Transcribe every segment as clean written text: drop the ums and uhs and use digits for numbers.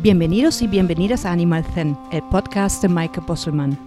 Bienvenidos y bienvenidas a Animal Zen, el podcast de Maike Bosselmann.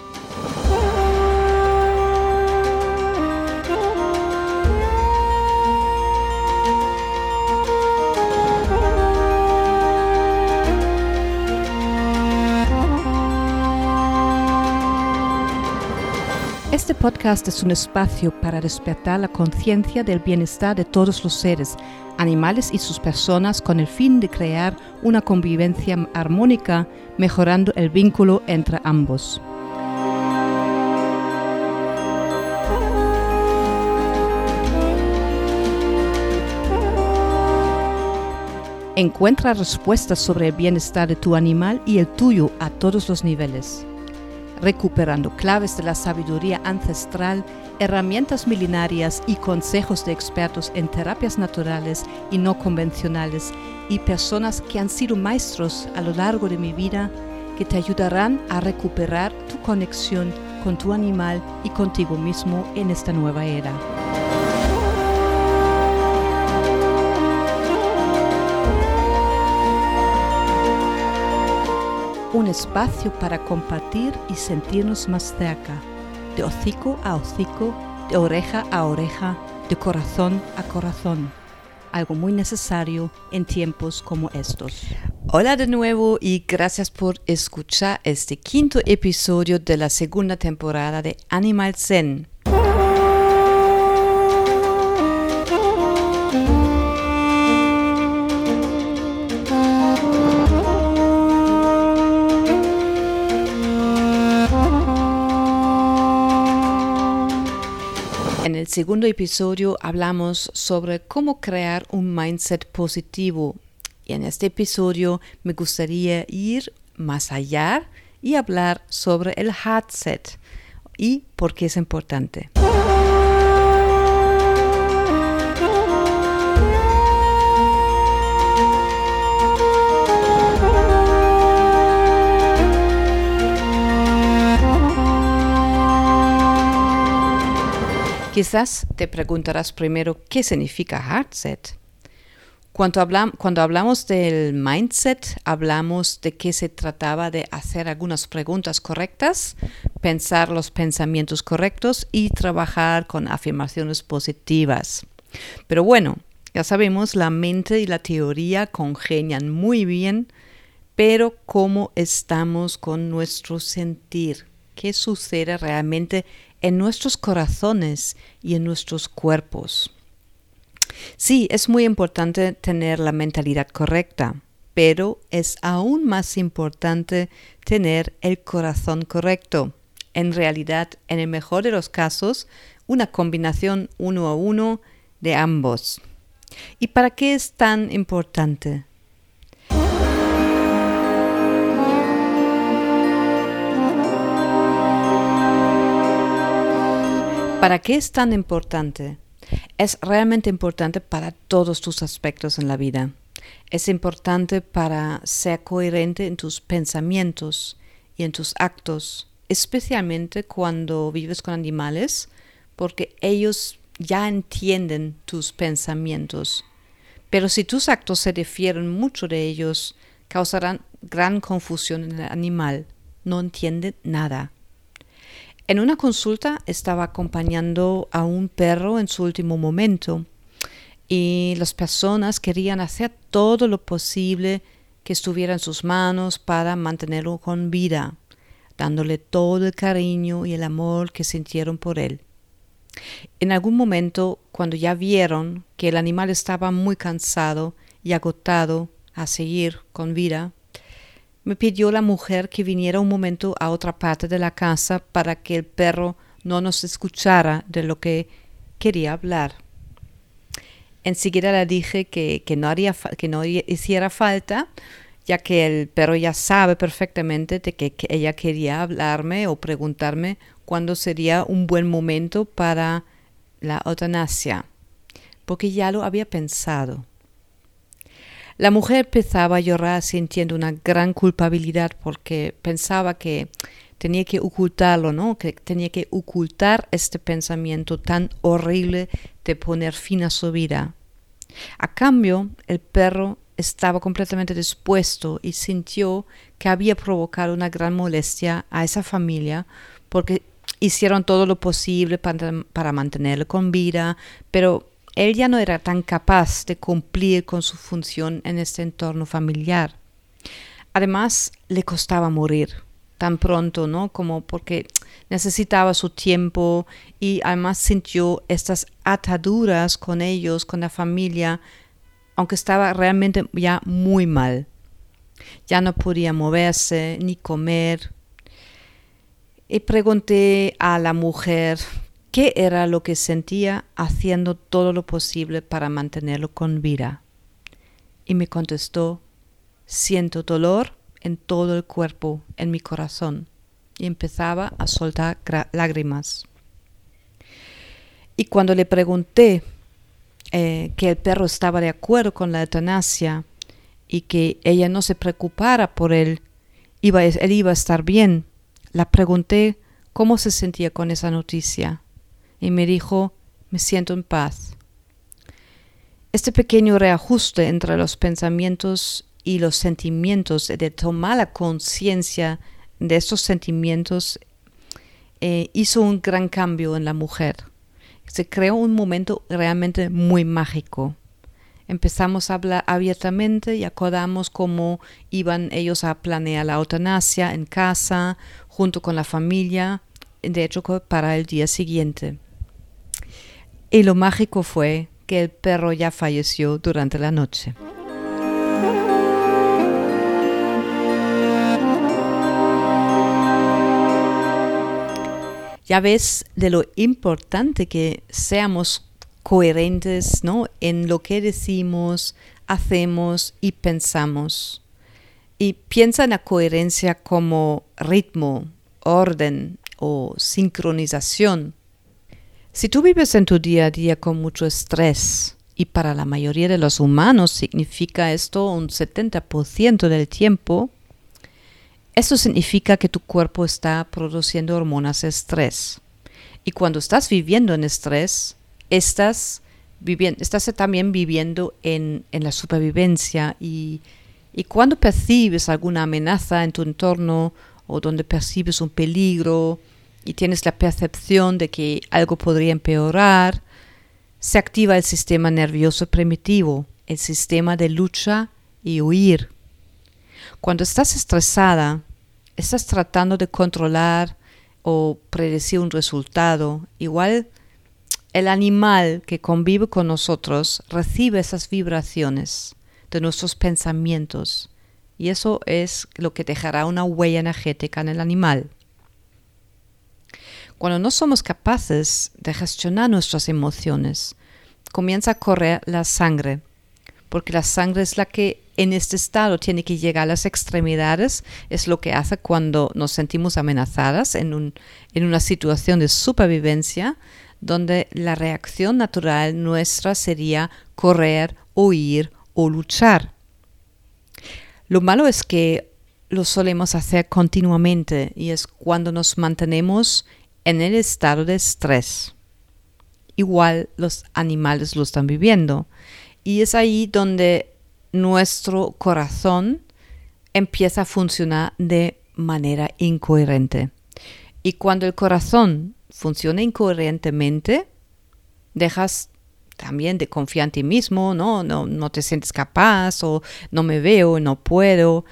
Este podcast es un espacio para despertar la conciencia del bienestar de todos los seres, animales y sus personas con el fin de crear una convivencia armónica, mejorando el vínculo entre ambos. Encuentra respuestas sobre el bienestar de tu animal y el tuyo a todos los niveles, recuperando claves de la sabiduría ancestral, herramientas milenarias y consejos de expertos en terapias naturales y no convencionales y personas que han sido maestros a lo largo de mi vida que te ayudarán a recuperar tu conexión con tu animal y contigo mismo en esta nueva era. Un espacio para compartir y sentirnos más cerca, de hocico a hocico, de oreja a oreja, de corazón a corazón. Algo muy necesario en tiempos como estos. Hola de nuevo y gracias por escuchar este quinto episodio de la segunda temporada de Animal Zen. En el segundo episodio hablamos sobre cómo crear un mindset positivo y en este episodio me gustaría ir más allá y hablar sobre el heart set y por qué es importante. Quizás te preguntarás primero qué significa heart set. Cuando hablamos del mindset, hablamos de que se trataba de hacer algunas preguntas correctas, pensar los pensamientos correctos y trabajar con afirmaciones positivas. Pero bueno, ya sabemos, la mente y la teoría congenian muy bien, pero ¿cómo estamos con nuestro sentir? ¿Qué sucede realmente en nuestros corazones y en nuestros cuerpos? Sí, es muy importante tener la mentalidad correcta, pero es aún más importante tener el corazón correcto. En realidad, en el mejor de los casos, una combinación 1 a 1 de ambos. ¿Y para qué es tan importante? ¿Para qué es tan importante? Es realmente importante para todos tus aspectos en la vida. Es importante para ser coherente en tus pensamientos y en tus actos, especialmente cuando vives con animales, porque ellos ya entienden tus pensamientos. Pero si tus actos se difieren mucho de ellos, causarán gran confusión en el animal. No entiende nada. En una consulta estaba acompañando a un perro en su último momento y las personas querían hacer todo lo posible que estuviera en sus manos para mantenerlo con vida, dándole todo el cariño y el amor que sintieron por él. En algún momento, cuando ya vieron que el animal estaba muy cansado y agotado a seguir con vida, me pidió la mujer que viniera un momento a otra parte de la casa para que el perro no nos escuchara de lo que quería hablar. Enseguida le dije que no hiciera falta, ya que el perro ya sabe perfectamente de que ella quería hablarme o preguntarme cuándo sería un buen momento para la eutanasia, porque ya lo había pensado. La mujer empezaba a llorar sintiendo una gran culpabilidad porque pensaba que tenía que ocultarlo, ¿no? Que tenía que ocultar este pensamiento tan horrible de poner fin a su vida. A cambio, el perro estaba completamente dispuesto y sintió que había provocado una gran molestia a esa familia porque hicieron todo lo posible para mantenerlo con vida, pero él ya no era tan capaz de cumplir con su función en este entorno familiar. Además, le costaba morir tan pronto, ¿no? Como porque necesitaba su tiempo y además sintió estas ataduras con ellos, con la familia, aunque estaba realmente ya muy mal. Ya no podía moverse ni comer. Y pregunté a la mujer qué era lo que sentía haciendo todo lo posible para mantenerlo con vida. Y me contestó: siento dolor en todo el cuerpo, en mi corazón. Y empezaba a soltar lágrimas. Y cuando le pregunté que el perro estaba de acuerdo con la eutanasia y que ella no se preocupara por él, él iba a estar bien, la pregunté cómo se sentía con esa noticia. Y me dijo: me siento en paz. Este pequeño reajuste entre los pensamientos y los sentimientos, de tomar la conciencia de estos sentimientos, hizo un gran cambio en la mujer. Se creó un momento realmente muy mágico. Empezamos a hablar abiertamente y acordamos cómo iban ellos a planear la eutanasia en casa, junto con la familia, de hecho para el día siguiente. Y lo mágico fue que el perro ya falleció durante la noche. Ya ves de lo importante que seamos coherentes, ¿no?, en lo que decimos, hacemos y pensamos. Y piensa en la coherencia como ritmo, orden o sincronización. Si tú vives en tu día a día con mucho estrés, y para la mayoría de los humanos significa esto un 70% del tiempo, esto significa que tu cuerpo está produciendo hormonas de estrés. Y cuando estás viviendo en estrés, estás también viviendo en la supervivencia. Y cuando percibes alguna amenaza en tu entorno o donde percibes un peligro y tienes la percepción de que algo podría empeorar, se activa el sistema nervioso primitivo, el sistema de lucha y huir. Cuando estás estresada, estás tratando de controlar o predecir un resultado. Igual el animal que convive con nosotros recibe esas vibraciones de nuestros pensamientos y eso es lo que dejará una huella energética en el animal. Cuando no somos capaces de gestionar nuestras emociones, comienza a correr la sangre, porque la sangre es la que en este estado tiene que llegar a las extremidades, es lo que hace cuando nos sentimos amenazadas en una situación de supervivencia, donde la reacción natural nuestra sería correr, huir o luchar. Lo malo es que lo solemos hacer continuamente y es cuando nos mantenemos en el estado de estrés. Igual los animales lo están viviendo y es ahí donde nuestro corazón empieza a funcionar de manera incoherente. Y cuando el corazón funciona incoherentemente, dejas también de confiar en ti mismo, no te sientes capaz o no me veo, no puedo,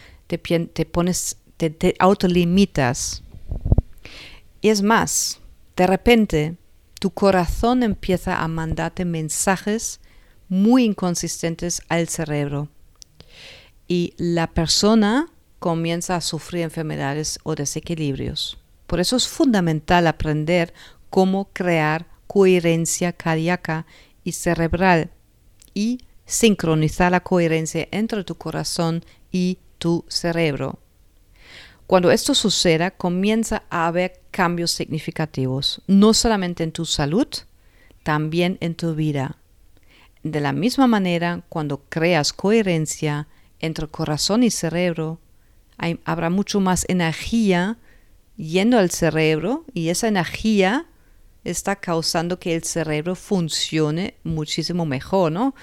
te autolimitas. Y es más, de repente tu corazón empieza a mandarte mensajes muy inconsistentes al cerebro y la persona comienza a sufrir enfermedades o desequilibrios. Por eso es fundamental aprender cómo crear coherencia cardíaca y cerebral y sincronizar la coherencia entre tu corazón y tu cerebro. Cuando esto suceda, comienza a haber cambios significativos, no solamente en tu salud, también en tu vida. De la misma manera, cuando creas coherencia entre corazón y cerebro, habrá mucho más energía yendo al cerebro y esa energía está causando que el cerebro funcione muchísimo mejor, ¿no?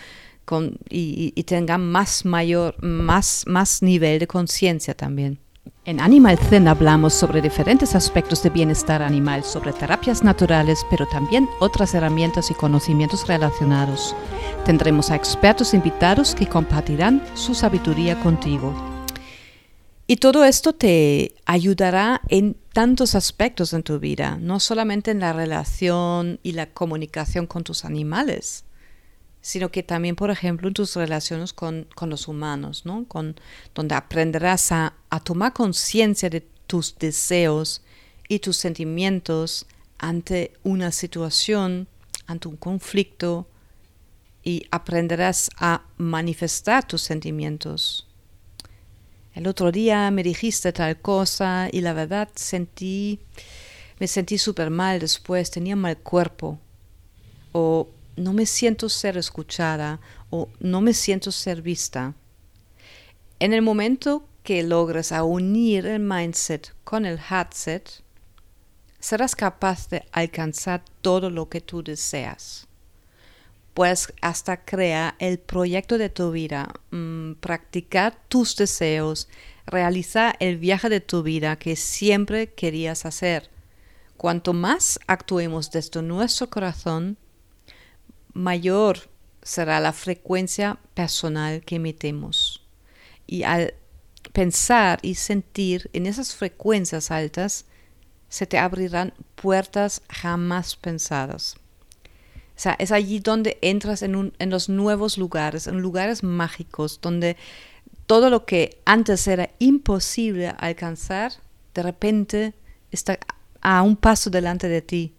y tengan más nivel de conciencia también. En Animal Zen hablamos sobre diferentes aspectos de bienestar animal, sobre terapias naturales, pero también otras herramientas y conocimientos relacionados. Tendremos a expertos invitados que compartirán su sabiduría contigo. Y todo esto te ayudará en tantos aspectos en tu vida, no solamente en la relación y la comunicación con tus animales, sino que también, por ejemplo, en tus relaciones con los humanos, ¿no? Donde aprenderás a tomar conciencia de tus deseos y tus sentimientos ante una situación, ante un conflicto, y aprenderás a manifestar tus sentimientos. El otro día me dijiste tal cosa y la verdad me sentí súper mal después, tenía mal cuerpo, o no me siento ser escuchada o no me siento ser vista. En el momento que logres unir el mindset con el heartset, serás capaz de alcanzar todo lo que tú deseas. Puedes hasta crear el proyecto de tu vida, practicar tus deseos, realizar el viaje de tu vida que siempre querías hacer. Cuanto más actuemos desde nuestro corazón, mayor será la frecuencia personal que emitemos. Y al pensar y sentir en esas frecuencias altas, se te abrirán puertas jamás pensadas. O sea, es allí donde entras en los nuevos lugares, en lugares mágicos, donde todo lo que antes era imposible alcanzar, de repente está a un paso delante de ti.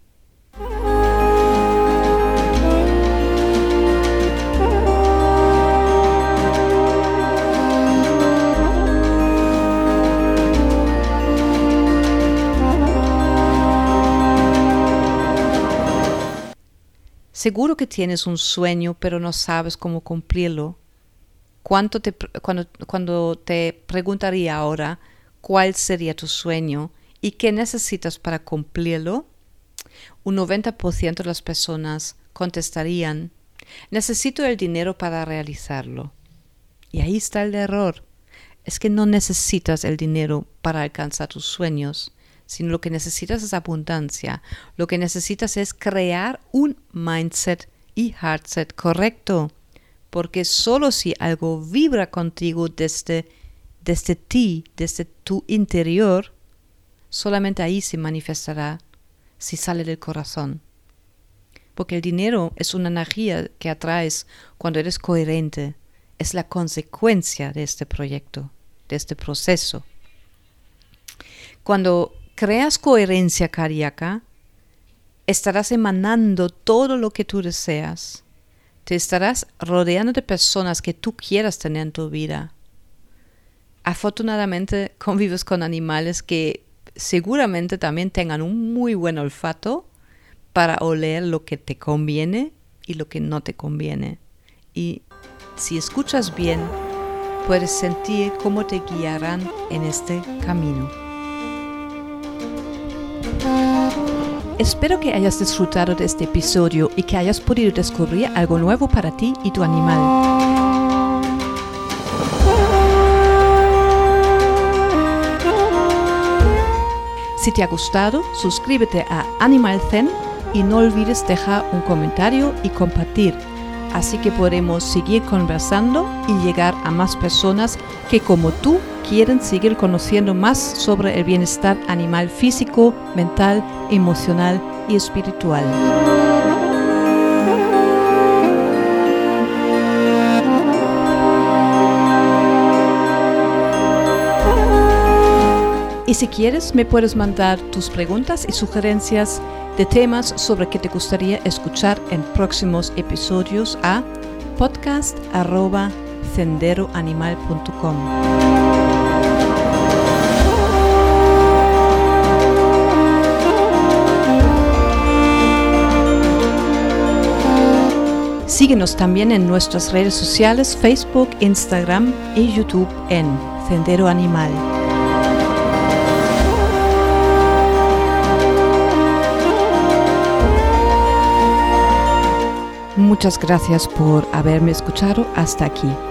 Seguro que tienes un sueño, pero no sabes cómo cumplirlo. Cuando te preguntaría ahora cuál sería tu sueño y qué necesitas para cumplirlo, un 90% de las personas contestarían: necesito el dinero para realizarlo. Y ahí está el error. Es que no necesitas el dinero para alcanzar tus sueños, sino lo que necesitas es abundancia. Lo que necesitas es crear un mindset y heartset correcto, porque solo si algo vibra contigo desde ti, desde tu interior, solamente ahí se manifestará, si sale del corazón. Porque el dinero es una energía que atraes cuando eres coherente, es la consecuencia de este proyecto, de este proceso. Cuando creas coherencia cardíaca, estarás emanando todo lo que tú deseas. Te estarás rodeando de personas que tú quieras tener en tu vida. Afortunadamente convives con animales que seguramente también tengan un muy buen olfato para oler lo que te conviene y lo que no te conviene. Y si escuchas bien, puedes sentir cómo te guiarán en este camino. Espero que hayas disfrutado de este episodio y que hayas podido descubrir algo nuevo para ti y tu animal. Si te ha gustado, suscríbete a Animal Zen y no olvides dejar un comentario y compartir. Así que podremos seguir conversando y llegar a más personas que, como tú, quieren seguir conociendo más sobre el bienestar animal físico, mental, emocional y espiritual. Y si quieres, me puedes mandar tus preguntas y sugerencias de temas sobre que te gustaría escuchar en próximos episodios a podcast@senderoanimal.com. Síguenos también en nuestras redes sociales, Facebook, Instagram y YouTube en Sendero Animal. Muchas gracias por haberme escuchado hasta aquí.